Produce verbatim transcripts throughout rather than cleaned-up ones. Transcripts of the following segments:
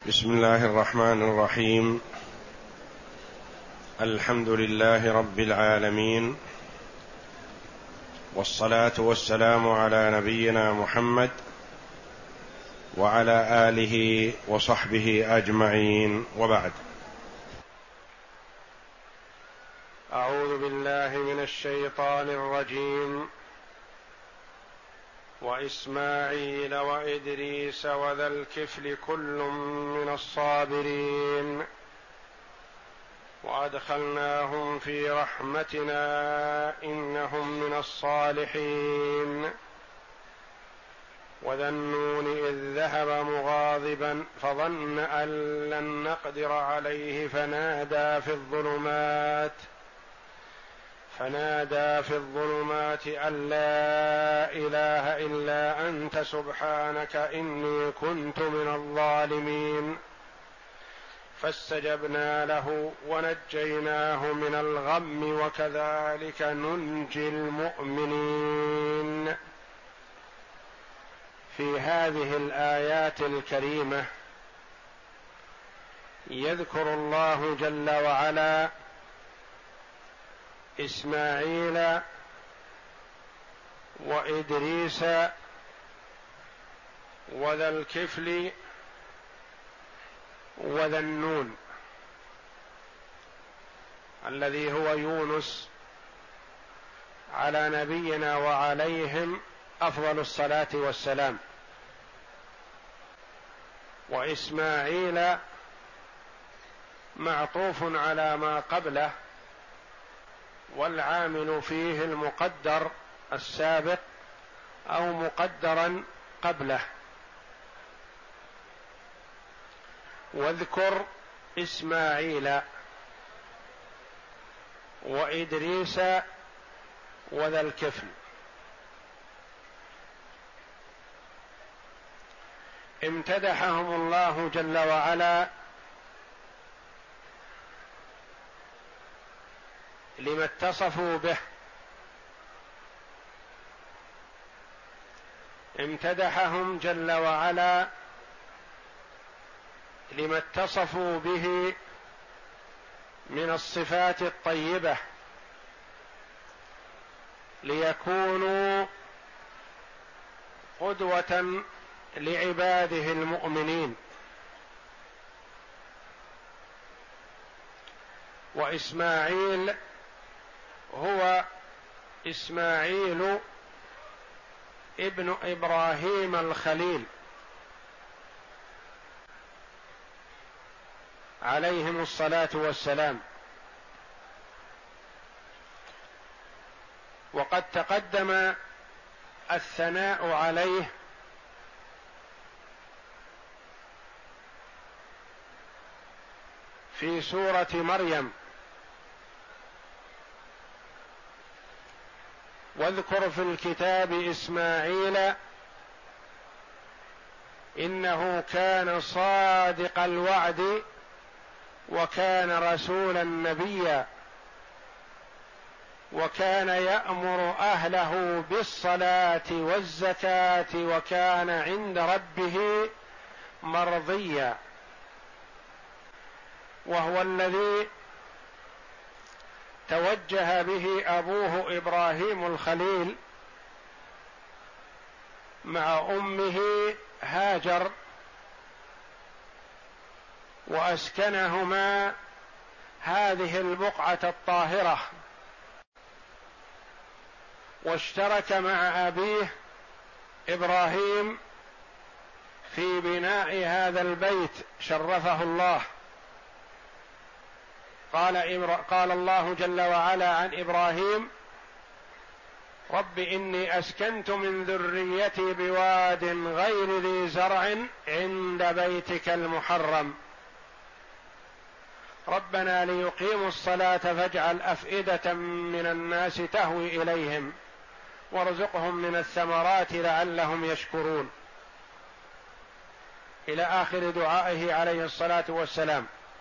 بسم الله الرحمن الرحيم. الحمد لله رب العالمين، والصلاة والسلام على نبينا محمد وعلى آله وصحبه أجمعين، وبعد. أعوذ بالله من الشيطان الرجيم. وإسماعيل وإدريس وذا الكفل كل من الصابرين وأدخلناهم في رحمتنا إنهم من الصالحين. وذا النون إذ ذهب مغاضبا فظن أن لن نقدر عليه فنادى في الظلمات فنادى في الظلمات أن لا إله إلا أنت سبحانك إني كنت من الظالمين. فاستجبنا له ونجيناه من الغم وكذلك ننجي المؤمنين. في هذه الآيات الكريمة يذكر الله جل وعلا إسماعيل وإدريس وذا الكفل وذا النون الذي هو يونس على نبينا وعليهم أفضل الصلاة والسلام. وإسماعيل معطوف على ما قبله، والعامل فيه المقدر السابق أو مقدرا قبله. واذكر إسماعيل وإدريس وذا الكفل. امتدحهم الله جل وعلا لما اتصفوا به، امتدحهم جل وعلا لما اتصفوا به من الصفات الطيبة، ليكونوا قدوة لعباده المؤمنين. وإسماعيل هو إسماعيل ابن إبراهيم الخليل عليهم الصلاة والسلام. وقد تقدم الثناء عليه في سورة مريم. واذكر في الكتاب إسماعيل إنه كان صادق الوعد وكان رسولا نبيا وكان يأمر أهله بالصلاة والزكاة وكان عند ربه مرضيا. وهو الذي توجه به أبوه إبراهيم الخليل مع أمه هاجر، وأسكنهما هذه البقعة الطاهرة، واشترك مع أبيه إبراهيم في بناء هذا البيت شرفه الله. قال, قال الله جل وعلا عن إبراهيم: رب إني أسكنت من ذريتي بواد غير ذي زرع عند بيتك المحرم ربنا ليقيموا الصلاة فاجعل أفئدة من الناس تهوي إليهم وارزقهم من الثمرات لعلهم يشكرون، إلى آخر دعائه عليه الصلاة والسلام.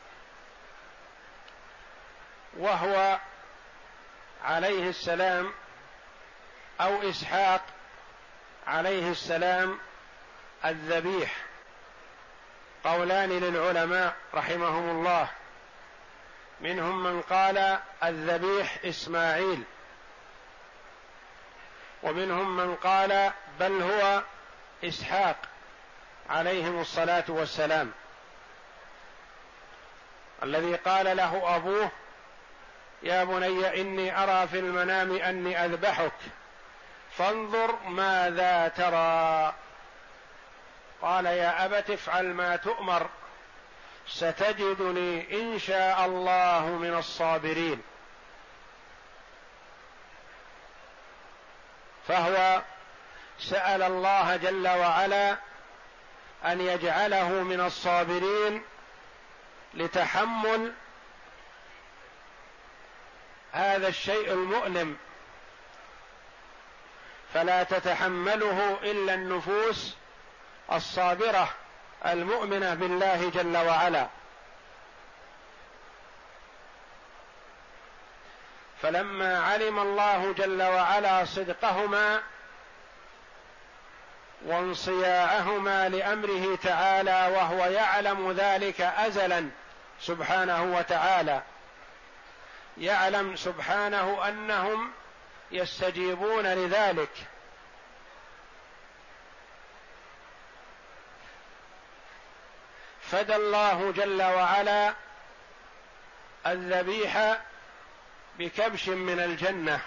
وهو عليه السلام أو إسحاق عليه السلام الذبيح قولان للعلماء رحمهم الله، منهم من قال الذبيح إسماعيل، ومنهم من قال بل هو إسحاق عليهم الصلاة والسلام، الذي قال له أبوه يا بني إني أرى في المنام أني أذبحك فانظر ماذا ترى، قال يا أبت افعل ما تؤمر ستجدني إن شاء الله من الصابرين. فهو سأل الله جل وعلا أن يجعله من الصابرين لتحمل هذا الشيء المؤلم، فلا تتحمله إلا النفوس الصابرة المؤمنة بالله جل وعلا. فلما علم الله جل وعلا صدقهما وانصياعهما لأمره تعالى، وهو يعلم ذلك أزلا سبحانه وتعالى، يعلم سبحانه أنهم يستجيبون لذلك، فدى الله جل وعلا الذبيح بكبش من الجنة.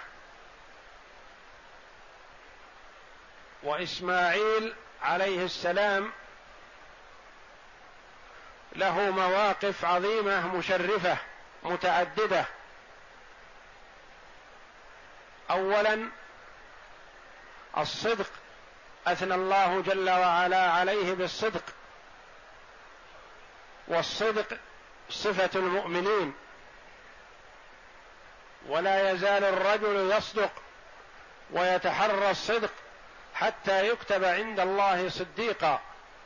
وإسماعيل عليه السلام له مواقف عظيمة مشرفة متعددة. أولا الصدق، أثنى الله جل وعلا عليه بالصدق، والصدق صفة المؤمنين، ولا يزال الرجل يصدق ويتحرى الصدق حتى يكتب عند الله صديقا.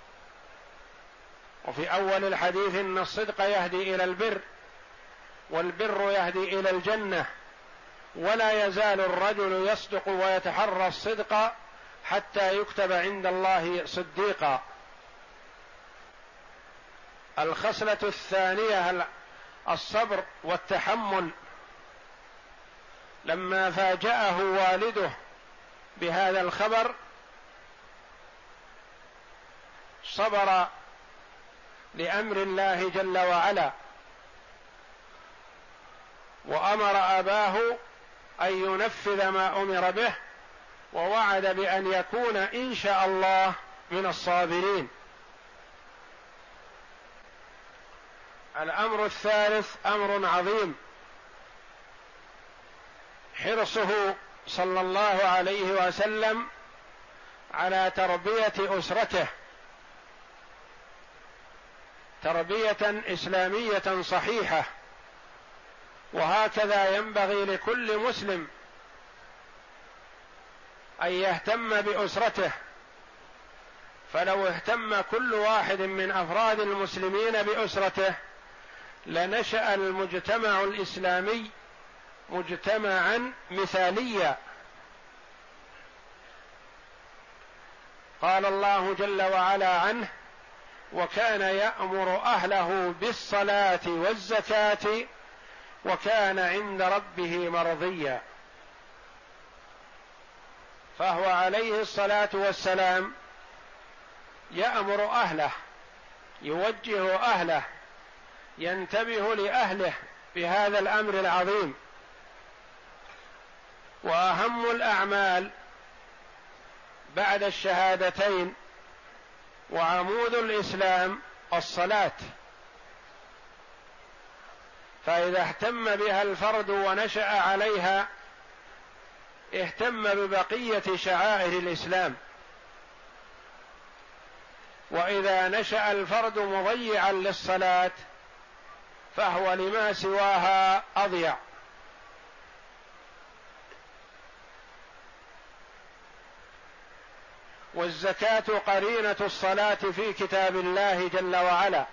وفي أول الحديث إن الصدق يهدي إلى البر والبر يهدي إلى الجنة، ولا يزال الرجل يصدق ويتحرى الصدق حتى يكتب عند الله صديقا. الخصلة الثانية الصبر والتحمل، لما فاجأه والده بهذا الخبر صبر لأمر الله جل وعلا، وأمر أباه أن ينفذ ما أمر به، ووعد بأن يكون إن شاء الله من الصابرين. الأمر الثالث أمر عظيم، حرصه صلى الله عليه وسلم على تربية أسرته تربية إسلامية صحيحة، وهكذا ينبغي لكل مسلم أن يهتم بأسرته. فلو اهتم كل واحد من أفراد المسلمين بأسرته لنشأ المجتمع الإسلامي مجتمعا مثاليا. قال الله جل وعلا عنه وكان يأمر أهله بالصلاة والزكاة وكان عند ربه مرضيا. فهو عليه الصلاة والسلام يأمر أهله، يوجه أهله، ينتبه لأهله بهذا الأمر العظيم. وأهم الأعمال بعد الشهادتين وعمود الإسلام الصلاة، فإذا اهتم بها الفرد ونشأ عليها اهتم ببقية شعائر الإسلام. وإذا نشأ الفرد مضيعا للصلاة فهو لما سواها أضيع. والزكاة قرينة الصلاة في كتاب الله جل وعلا،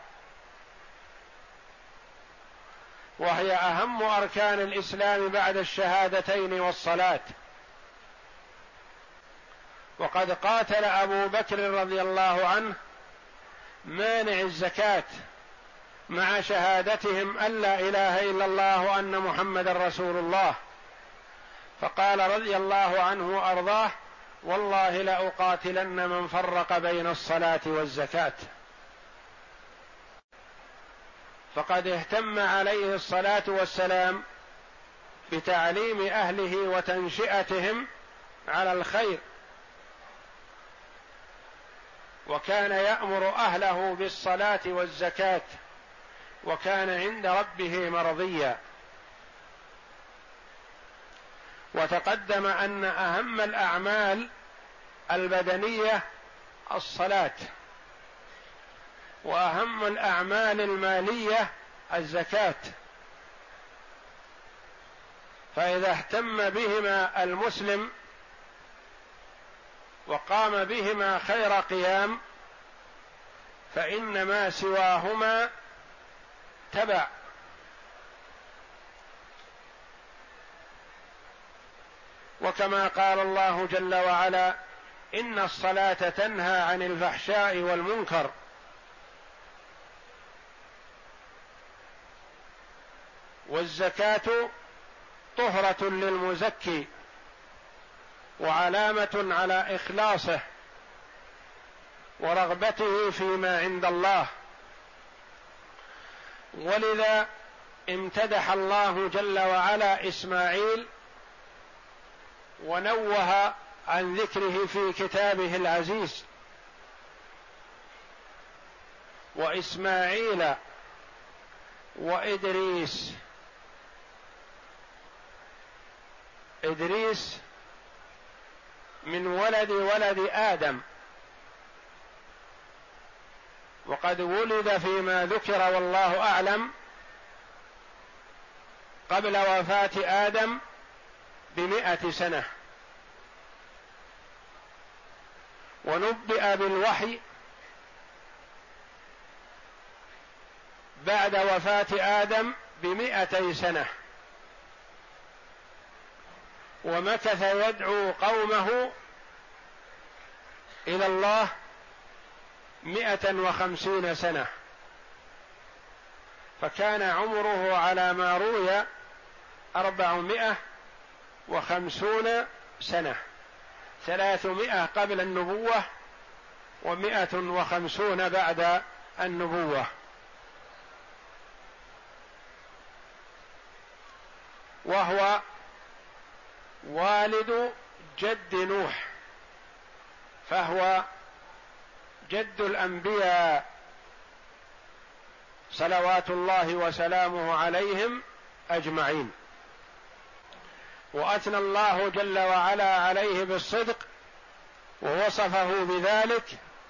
وهي أهم أركان الإسلام بعد الشهادتين والصلاة. وقد قاتل أبو بكر رضي الله عنه مانع الزكاة مع شهادتهم أن لا إله إلا الله وأن محمد رسول الله، فقال رضي الله عنه وأرضاه: والله لأقاتلن من فرق بين الصلاة والزكاة. فقد اهتم عليه الصلاة والسلام بتعليم أهله وتنشئتهم على الخير، وكان يأمر أهله بالصلاة والزكاة، وكان عند ربه مرضيا. وتقدم أن أهم الأعمال البدنية الصلاة، وأهم الأعمال المالية الزكاة، فإذا اهتم بهما المسلم وقام بهما خير قيام فإن ما سواهما تبع. وكما قال الله جل وعلا: إن الصلاة تنهى عن الفحشاء والمنكر. والزكاة طهرة للمزكي وعلامة على إخلاصه ورغبته فيما عند الله. ولذا امتدح الله جل وعلا إسماعيل ونوه عن ذكره في كتابه العزيز: وإسماعيل وإدريس. إدريس من ولد ولد آدم، وقد ولد فيما ذكر والله أعلم قبل وفاة آدم بمئة سنة، ونبئ بالوحي بعد وفاة آدم بمئتي سنة، ومكث يدعو قومه إلى الله مئة وخمسين سنة، فكان عمره على ما روي أربعمائة وخمسون سنة، ثلاثمائة قبل النبوة ومائة وخمسون بعد النبوة. وهو والد جد نوح، فهو جد الأنبياء صلوات الله وسلامه عليهم أجمعين. وأثنى الله جل وعلا عليه بالصدق ووصفه بذلك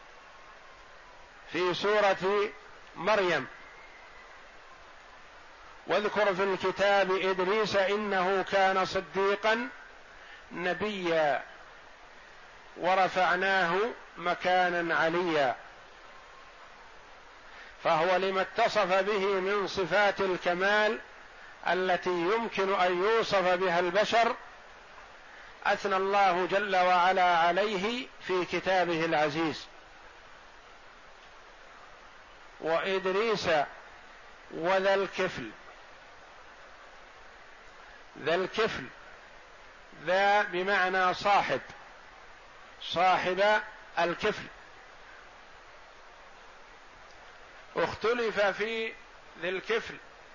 في سورة مريم: واذكر في الكتاب إدريس إنه كان صديقا نبيا ورفعناه مكانا عليا. فهو لما اتصف به من صفات الكمال التي يمكن أن يوصف بها البشر أثنى الله جل وعلا عليه في كتابه العزيز. وإدريس وذا الكفل. ذا الكفل ذا بمعنى صاحب، صاحب الكفل. اختلف في ذي الكفل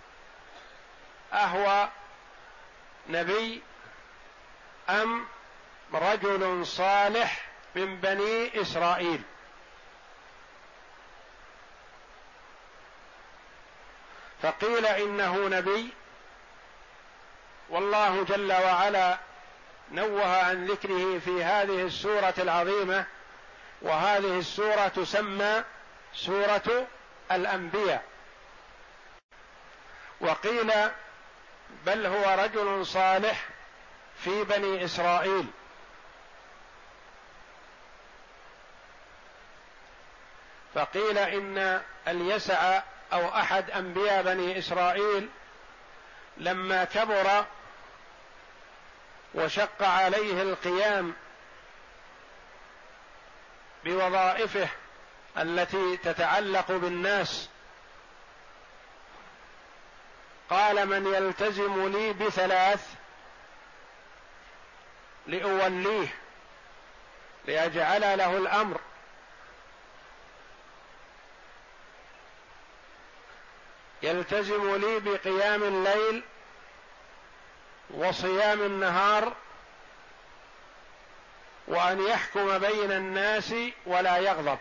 أهو نبي أم رجل صالح من بني إسرائيل. فقيل إنه نبي، والله جل وعلا نوه عن ذكره في هذه السورة العظيمة، وهذه السورة تسمى سورة الأنبياء. وقيل بل هو رجل صالح في بني إسرائيل. فقيل إن اليسع أو أحد أنبياء بني إسرائيل لما كبر وشق عليه القيام بوظائفه التي تتعلق بالناس. قال: من يلتزم لي بثلاث لأوليه، لأجعل له الأمر. يلتزم لي بقيام الليل وصيام النهار، وأن يحكم بين الناس ولا يغضب.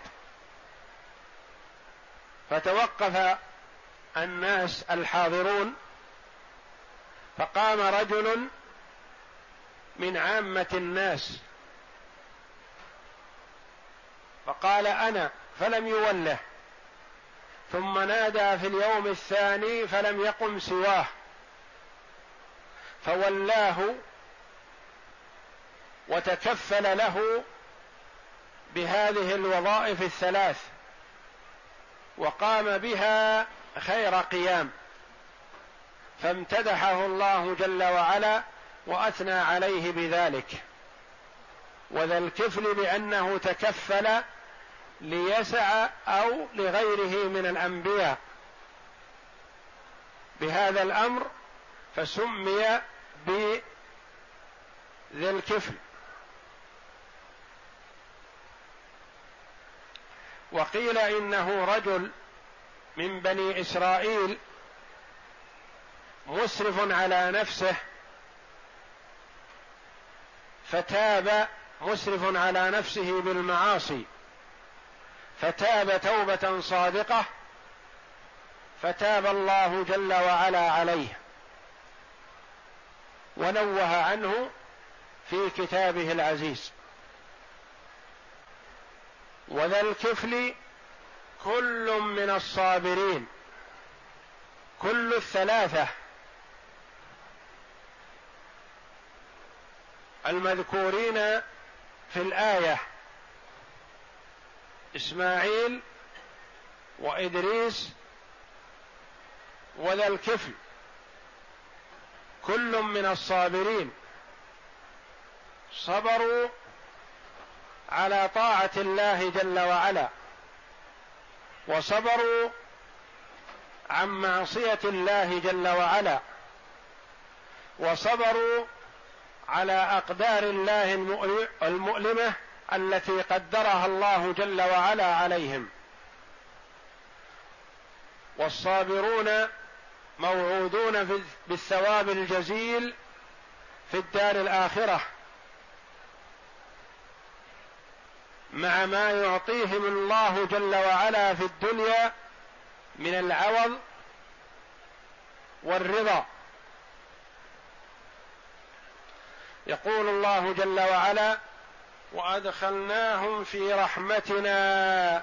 فتوقف الناس الحاضرون، فقام رجل من عامة الناس فقال: أنا، فلم يوله. ثم نادى في اليوم الثاني فلم يقم سواه، فولاه وتكفل له بهذه الوظائف الثلاث، وقام بها خير قيام، فامتدحه الله جل وعلا وأثنى عليه بذلك. وذا الكفل بأنه تكفل ليسع أو لغيره من الأنبياء بهذا الأمر، فسمي بذي الكفل. وقيل إنه رجل من بني إسرائيل مسرف على نفسه، فتاب، مسرف على نفسه بالمعاصي، فتاب توبة صادقة، فتاب الله جل وعلا عليه ونوه عنه في كتابه العزيز. وذا الكفل كل من الصابرين، كل الثلاثة المذكورين في الآية، إسماعيل وإدريس وذا الكفل، كل من الصابرين، صبروا على طاعة الله جل وعلا، وصبروا عن معصية الله جل وعلا، وصبروا على أقدار الله المؤلمة التي قدرها الله جل وعلا عليهم. والصابرون موعودون بالثواب الجزيل في الدار الآخرة، مع ما يعطيهم الله جل وعلا في الدنيا من العوض والرضا. يقول الله جل وعلا: وأدخلناهم في رحمتنا.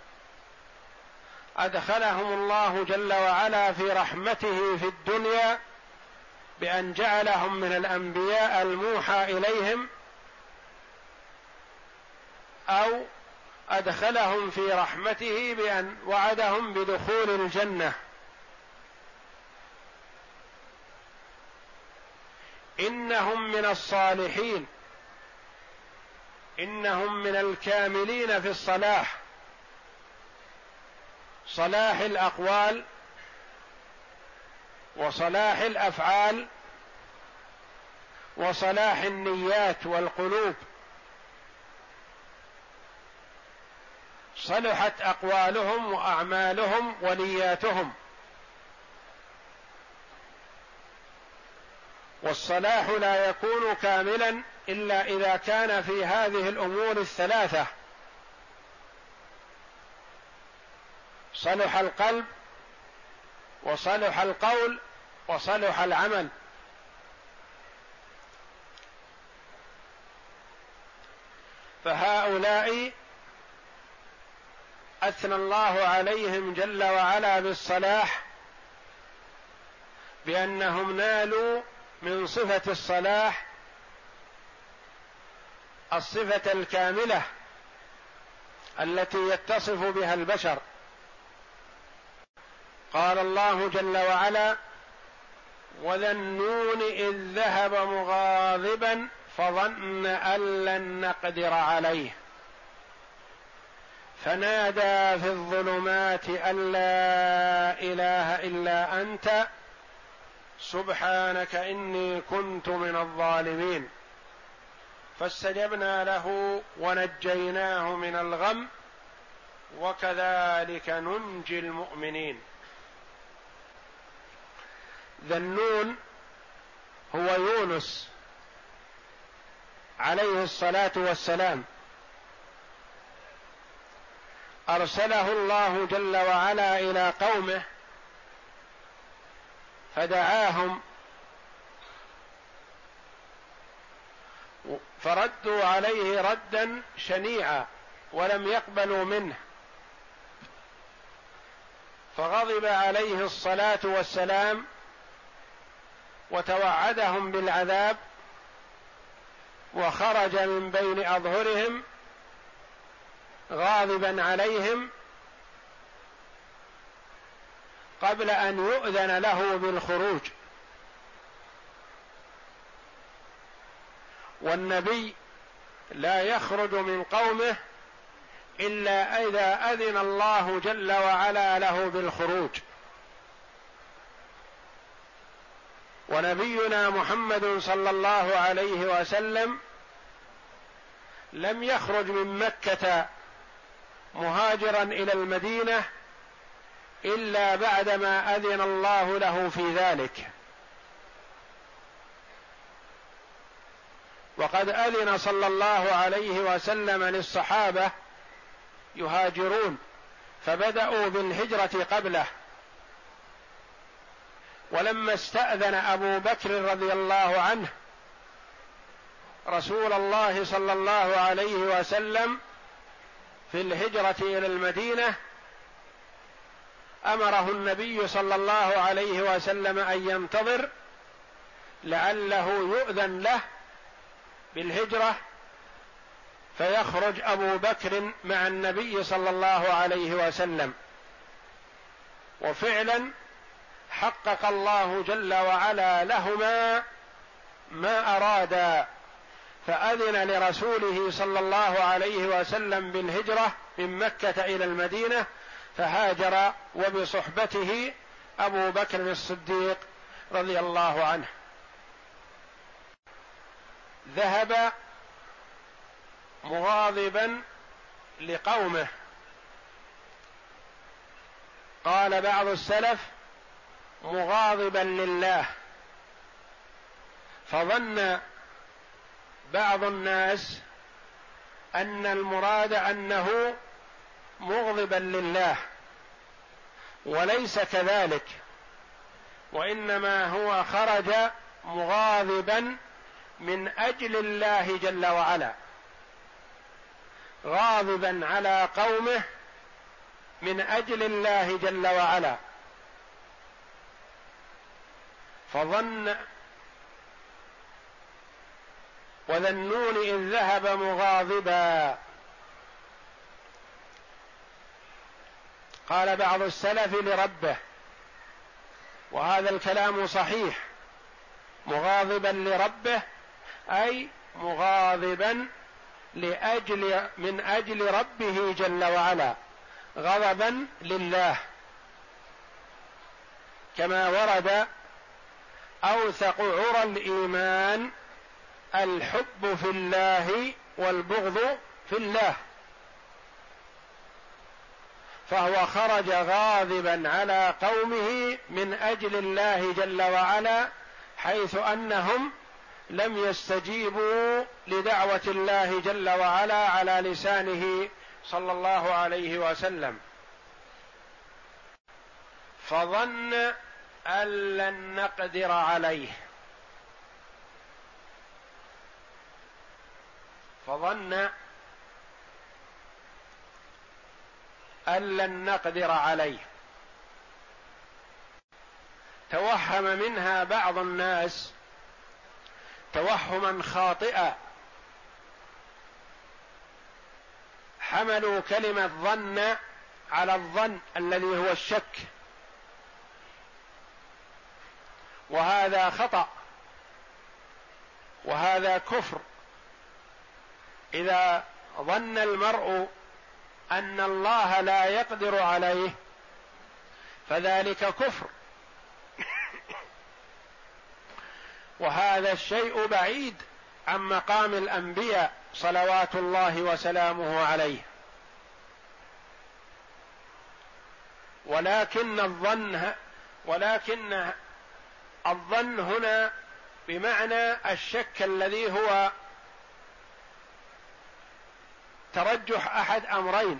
أدخلهم الله جل وعلا في رحمته في الدنيا بأن جعلهم من الأنبياء الموحى إليهم، أو أدخلهم في رحمته بأن وعدهم بدخول الجنة. إنهم من الصالحين، إنهم من الكاملين في الصلاح، صلاح الأقوال وصلاح الأفعال وصلاح النيات والقلوب. صلحت أقوالهم وأعمالهم ونياتهم. والصلاح لا يكون كاملا إلا إذا كان في هذه الأمور الثلاثة: صلح القلب وصلح القول وصلح العمل. فهؤلاء أثنى الله عليهم جل وعلا بالصلاح، بأنهم نالوا من صفة الصلاح الصفة الكاملة التي يتصف بها البشر. قال الله جل وعلا: وذا النون إذ ذهب مغاضبا فظن أن لن نقدر عليه فنادى في الظلمات أن لا إله إلا أنت سبحانك إني كنت من الظالمين، فاستجبنا له ونجيناه من الغم وكذلك ننجي المؤمنين. ذا النون هو يونس عليه الصلاة والسلام، أرسله الله جل وعلا إلى قومه فدعاهم فردوا عليه ردا شنيعا ولم يقبلوا منه، فغضب عليه الصلاة والسلام وتوعدهم بالعذاب، وخرج من بين أظهرهم غاضبا عليهم قبل أن يؤذن له بالخروج. والنبي لا يخرج من قومه إلا إذا أذن الله جل وعلا له بالخروج. ونبينا محمد صلى الله عليه وسلم لم يخرج من مكة مهاجرا إلى المدينة إلا بعدما أذن الله له في ذلك، وقد أذن صلى الله عليه وسلم للصحابة يهاجرون فبدأوا بالهجرة قبله، ولما استأذن أبو بكر رضي الله عنه رسول الله صلى الله عليه وسلم في الهجرة إلى المدينة أمره النبي صلى الله عليه وسلم أن ينتظر لعله يؤذن له بالهجرة فيخرج أبو بكر مع النبي صلى الله عليه وسلم. وفعلا حقق الله جل وعلا لهما ما أرادا، فأذن لرسوله صلى الله عليه وسلم بالهجرة من مكة إلى المدينة، فهاجر وبصحبته أبو بكر الصديق رضي الله عنه. ذهب مغاضبا لقومه، قال بعض السلف مغاضبا لله، فظن بعض الناس أن المراد أنه مغضبا لله، وليس كذلك، وإنما هو خرج مغاضبا من أجل الله جل وعلا، غاضبا على قومه من أجل الله جل وعلا، فظن وذا النون إذ ذهب مغاضبا. قال بعض السلف لربه، وهذا الكلام صحيح، مغاضبا لربه أي مغاضبا لأجل من أجل ربه جل وعلا، غضبا لله، كما ورد أوثق عرى الإيمان الحب في الله والبغض في الله، فهو خرج غاضبا على قومه من أجل الله جل وعلا، حيث أنهم لم يستجيبوا لدعوة الله جل وعلا على لسانه صلى الله عليه وسلم، فظن أن لن نقدر عليه، فظن أن لن نقدر عليه. توهم منها بعض الناس توهما خاطئا، حملوا كلمة ظن على الظن الذي هو الشك، وهذا خطأ وهذا كفر. إذا ظن المرء ان الله لا يقدر عليه فذلك كفر، وهذا الشيء بعيد عن مقام الانبياء صلوات الله وسلامه عليه. ولكن الظن ولكن الظن هنا بمعنى الشك الذي هو ترجح احد امرين،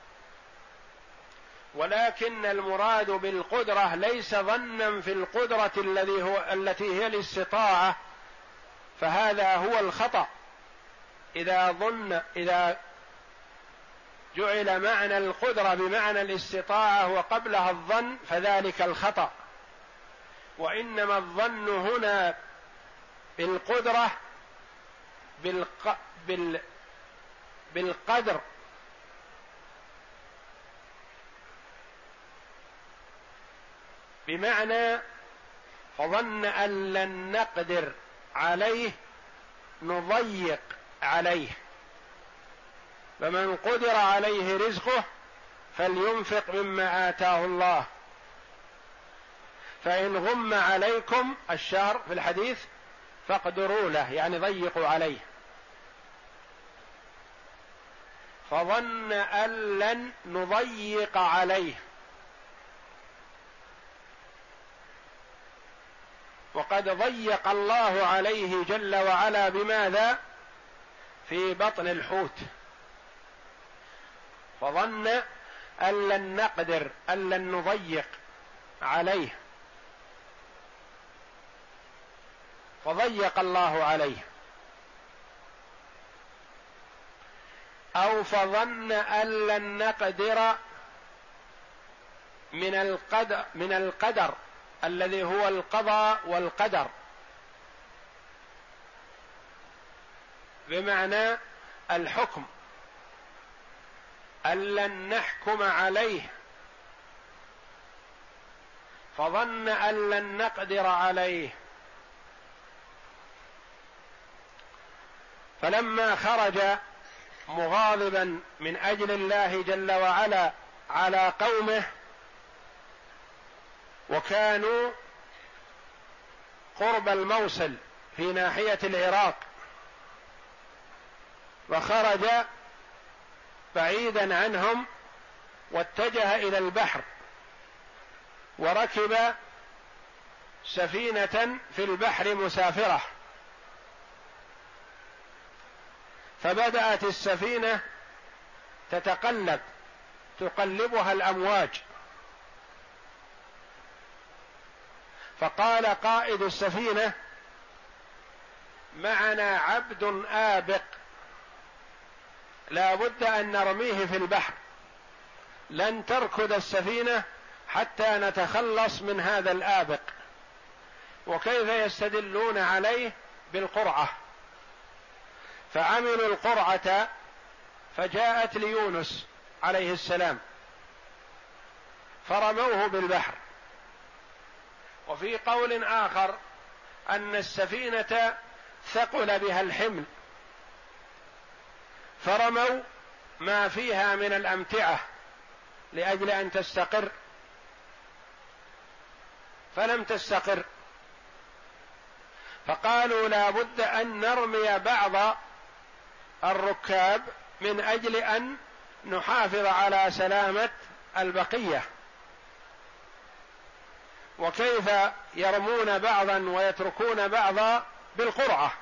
ولكن المراد بالقدرة ليس ظنا في القدرة الذي هو التي هي الاستطاعة، فهذا هو الخطأ. إذا ظن إذا جعل معنى القدرة بمعنى الاستطاعة وقبلها الظن فذلك الخطأ، وإنما الظن هنا بالقدرة بالق... بال... بالقدر، بمعنى فظن أن لن نقدر عليه نضيق عليه، فمن قدر عليه رزقه فلينفق مما آتاه الله، فإن غم عليكم الشهر في الحديث فاقدروا له، يعني ضيقوا عليه. فظن أن لن نضيق عليه، وقد ضيق الله عليه جل وعلا بماذا؟ في بطن الحوت. فظن أن لن نقدر أن لن نضيق عليه فضيق الله عليه، أو فظن أن لن نقدر من القدر من القدر الذي هو القضاء والقدر، بمعنى الحكم، أن لن نحكم عليه، فظن أن لن نقدر عليه، فلما خرج مغاضبا من أجل الله جل وعلا على قومه، وكانوا قرب الموصل في ناحية العراق، وخرج بعيدا عنهم واتجه إلى البحر، وركب سفينة في البحر مسافرة، فبدأت السفينة تتقلب تقلبها الأمواج، فقال قائد السفينة: معنا عبد آبق لا بد أن نرميه في البحر، لن تركض السفينة حتى نتخلص من هذا الآبق. وكيف يستدلون عليه؟ بالقرعة، فعملوا القرعة فجاءت ليونس عليه السلام فرموه بالبحر. وفي قول آخر أن السفينة ثقل بها الحمل فرموا ما فيها من الأمتعة لأجل أن تستقر، فلم تستقر، فقالوا لا بد أن نرمي بعض الركاب من أجل أن نحافظ على سلامة البقية. وكيف يرمون بعضا ويتركون بعضا؟ بالقرعة،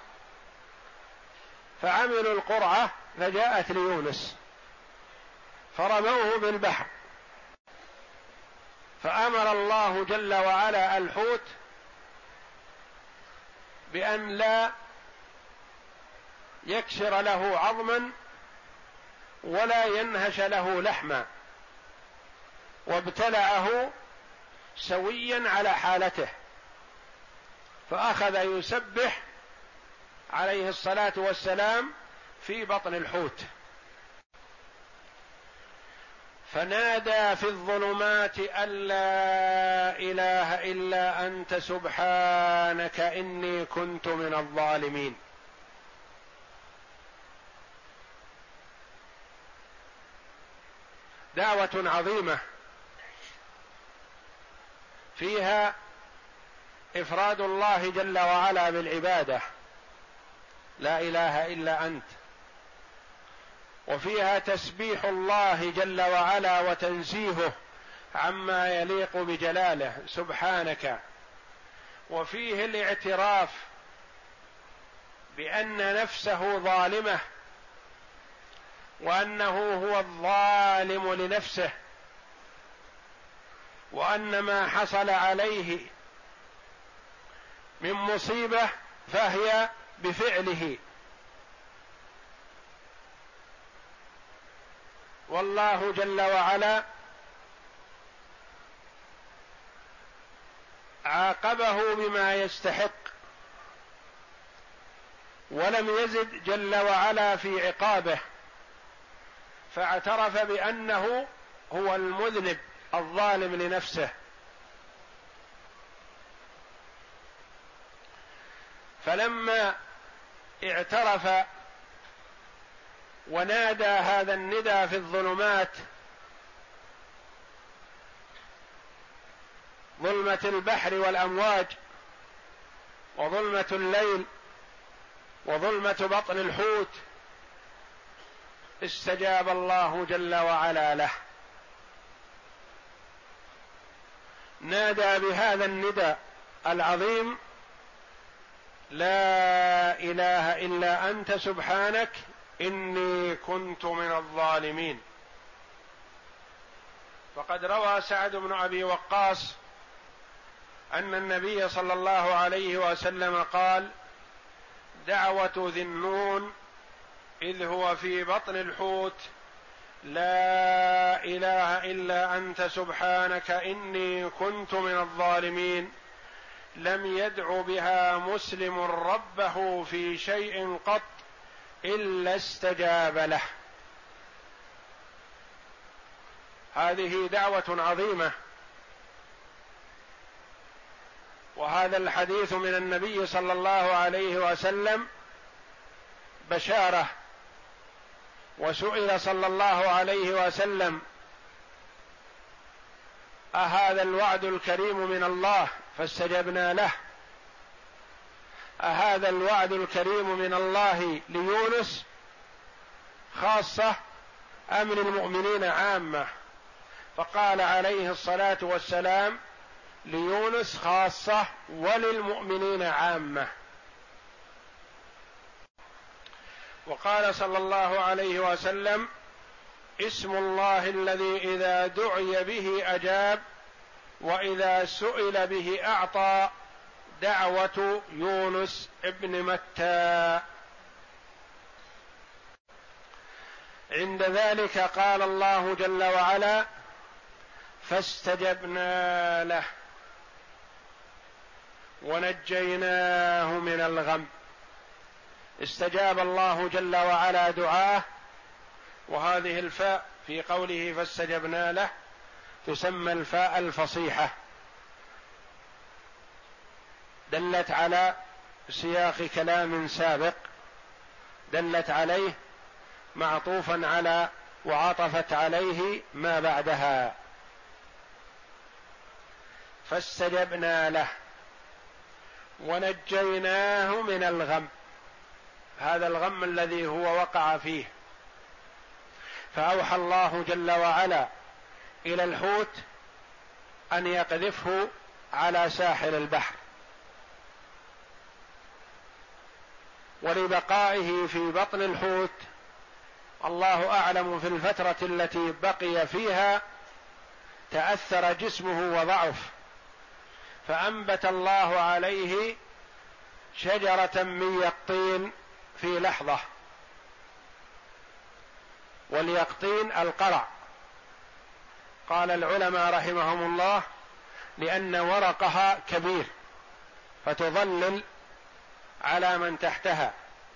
فعملوا القرعة فجاءت ليونس فرموه بالبحر، فأمر الله جل وعلا الحوت بأن لا يكسر له عظما ولا ينهش له لحما، وابتلعه سويا على حالته، فأخذ يسبح عليه الصلاة والسلام في بطن الحوت، فنادى في الظلمات أن لا إله إلا أنت سبحانك إني كنت من الظالمين. دعوة عظيمة فيها إفراد الله جل وعلا بالعبادة، لا إله إلا أنت، وفيها تسبيح الله جل وعلا وتنزيهه عما يليق بجلاله سبحانك، وفيه الاعتراف بأن نفسه ظالمة وأنه هو الظالم لنفسه، وأن ما حصل عليه من مصيبة فهي بفعله، والله جل وعلا عاقبه بما يستحق، ولم يزد جل وعلا في عقابه، فاعترف بأنه هو المذنب الظالم لنفسه. فلما اعترف ونادى هذا الندى في الظلمات، ظلمة البحر والأمواج، وظلمة الليل، وظلمة بطن الحوت، استجاب الله جل وعلا له، نادى بهذا الندى العظيم: لا إله إلا أنت سبحانك إني كنت من الظالمين. فقد روى سعد بن أبي وقاص أن النبي صلى الله عليه وسلم قال: دعوة ذي النون إذ هو في بطن الحوت: لا إله إلا أنت سبحانك إني كنت من الظالمين، لم يدع بها مسلم ربه في شيء قط إلا استجاب له. هذه دعوة عظيمة، وهذا الحديث من النبي صلى الله عليه وسلم بشارة. وسئل صلى الله عليه وسلم: أهذا الوعد الكريم من الله؟ فاستجبنا له. أهذا الوعد الكريم من الله ليونس خاصة أم للمؤمنين عامة؟ فقال عليه الصلاة والسلام: ليونس خاصة وللمؤمنين عامة. وقال صلى الله عليه وسلم: اسم الله الذي إذا دعي به أجاب وإذا سئل به أعطى، دعوة يونس ابن متى. عند ذلك قال الله جل وعلا: فاستجبنا له ونجيناه من الغم. استجاب الله جل وعلا دعاه، وهذه الفاء في قوله فاستجبنا له تسمى الفاء الفصيحة، دلت على سياق كلام سابق دلت عليه معطوفا على وعطفت عليه ما بعدها. فاستجبنا له ونجيناه من الغم، هذا الغم الذي هو وقع فيه. فأوحى الله جل وعلا إلى الحوت أن يقذفه على ساحل البحر، ولبقائه في بطن الحوت الله أعلم في الفترة التي بقي فيها تأثر جسمه وضعف، فأنبت الله عليه شجرة من يقطين في لحظة. واليقطين القرع، قال العلماء رحمهم الله: لأن ورقها كبير فتظلل على من تحتها.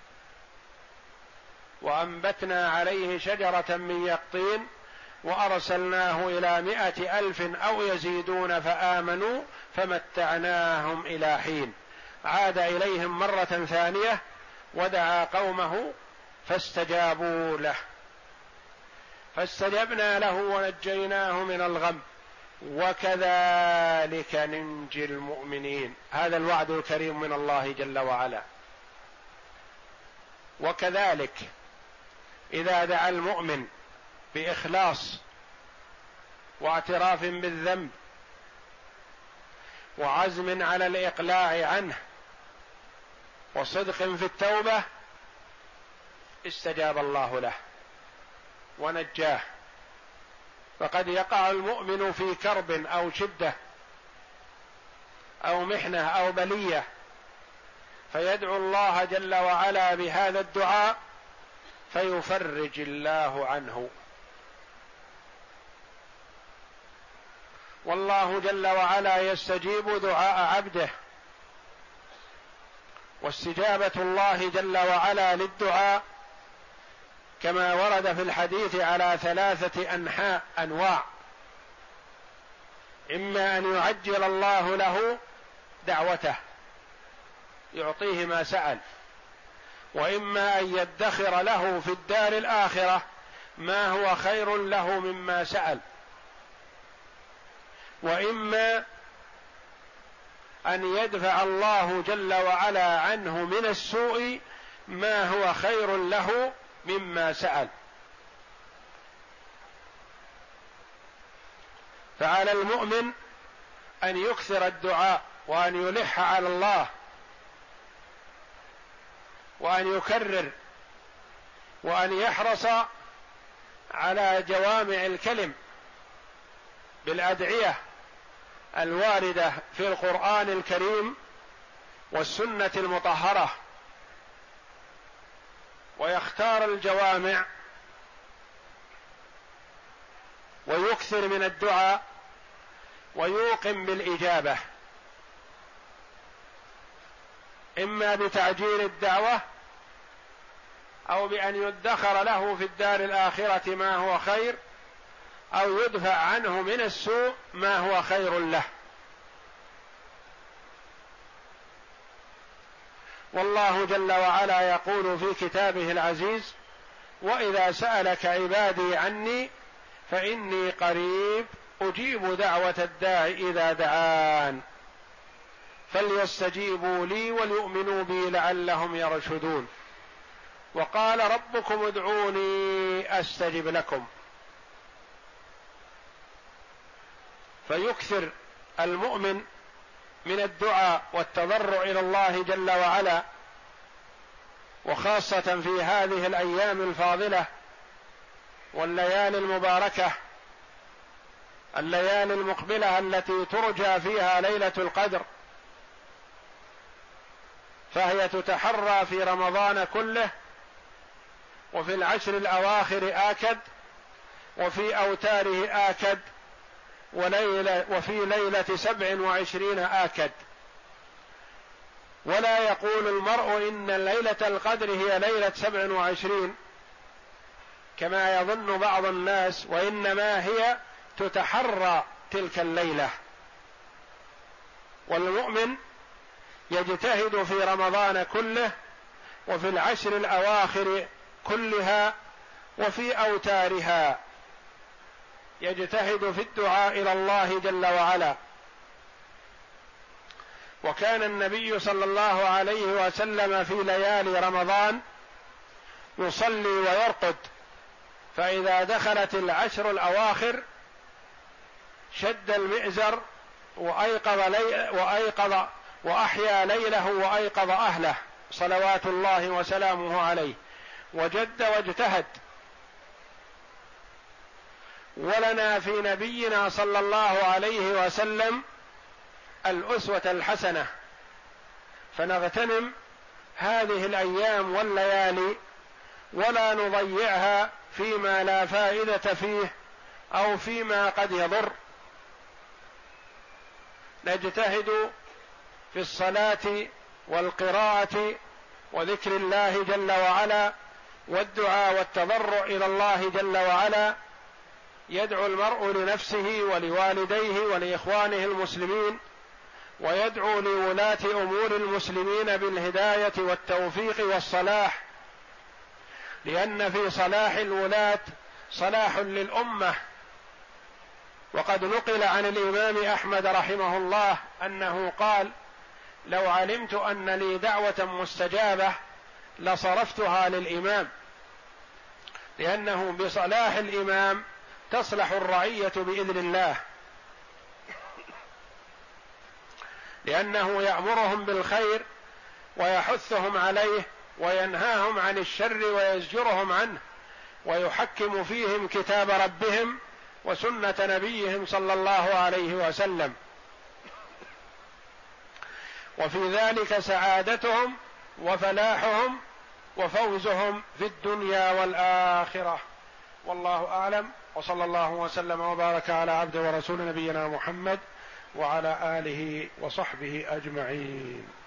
وأنبتنا عليه شجرة من يقطين وأرسلناه إلى مائة ألف أو يزيدون فآمنوا فمتعناهم إلى حين. عاد إليهم مرة ثانية ودعا قومه فاستجابوا له. فاستجبنا له ونجيناه من الغم وكذلك ننجي المؤمنين. هذا الوعد الكريم من الله جل وعلا. وكذلك إذا دعا المؤمن بإخلاص واعتراف بالذنب وعزم على الإقلاع عنه وصدق في التوبة استجاب الله له ونجاه. فقد يقع المؤمن في كرب أو شدة أو محنة أو بلية، فيدعو الله جل وعلا بهذا الدعاء فيفرج الله عنه. والله جل وعلا يستجيب دعاء عبده، واستجابة الله جل وعلا للدعاء كما ورد في الحديث على ثلاثة أنحاء أنواع: إما أن يعجل الله له دعوته يعطيه ما سأل، وإما أن يدخر له في الدار الآخرة ما هو خير له مما سأل، وإما أن يدفع الله جل وعلا عنه من السوء ما هو خير له مما سأل. فعلى المؤمن أن يكثر الدعاء وأن يلح على الله وأن يكرر وأن يحرص على جوامع الكلم بالأدعية الواردة في القرآن الكريم والسنة المطهرة، ويختار الجوامع ويكثر من الدعاء ويوقن بالإجابة، إما بتعجيل الدعوة أو بأن يدخر له في الدار الآخرة ما هو خير، أو يدفع عنه من السوء ما هو خير له. والله جل وعلا يقول في كتابه العزيز: وإذا سألك عبادي عني فإني قريب أجيب دعوة الداع إذا دعان فليستجيبوا لي وليؤمنوا بي لعلهم يرشدون. وقال ربكم ادعوني أستجب لكم. فيكثر المؤمن من الدعاء والتضرع إلى الله جل وعلا، وخاصة في هذه الأيام الفاضلة والليالي المباركة، الليالي المقبلة التي ترجى فيها ليلة القدر، فهي تتحرى في رمضان كله وفي العشر الأواخر آكد وفي أوتاره آكد وليلة وفي ليلة سبع وعشرين آكد. ولا يقول المرء إن ليلة القدر هي ليلة سبع وعشرين كما يظن بعض الناس، وإنما هي تتحرى تلك الليلة. والمؤمن يجتهد في رمضان كله وفي العشر الأواخر كلها وفي أوتارها، يجتهد في الدعاء إلى الله جل وعلا. وكان النبي صلى الله عليه وسلم في ليالي رمضان يصلي ويرقد، فإذا دخلت العشر الأواخر شد المئزر وأيقظ, لي وأيقظ وأحيا ليله وأيقظ أهله صلوات الله وسلامه عليه، وجد واجتهد. ولنا في نبينا صلى الله عليه وسلم الأسوة الحسنة، فنغتنم هذه الأيام والليالي ولا نضيعها فيما لا فائدة فيه أو فيما قد يضر. نجتهد في الصلاة والقراءة وذكر الله جل وعلا والدعاء والتضرع إلى الله جل وعلا. يدعو المرء لنفسه ولوالديه ولإخوانه المسلمين، ويدعو لولاة أمور المسلمين بالهداية والتوفيق والصلاح، لأن في صلاح الولاة صلاح للامه. وقد نقل عن الامام احمد رحمه الله انه قال: لو علمت ان لي دعوه مستجابه لصرفتها للامام، لانه بصلاح الامام تصلح الرعيه باذن الله، لانه يامرهم بالخير ويحثهم عليه وينهاهم عن الشر ويزجرهم عنه، ويحكم فيهم كتاب ربهم وسنه نبيهم صلى الله عليه وسلم، وفي ذلك سعادتهم وفلاحهم وفوزهم في الدنيا والاخره. والله اعلم، وصلى الله وسلم وبارك على عبده ورسول نبينا محمد وعلى اله وصحبه اجمعين.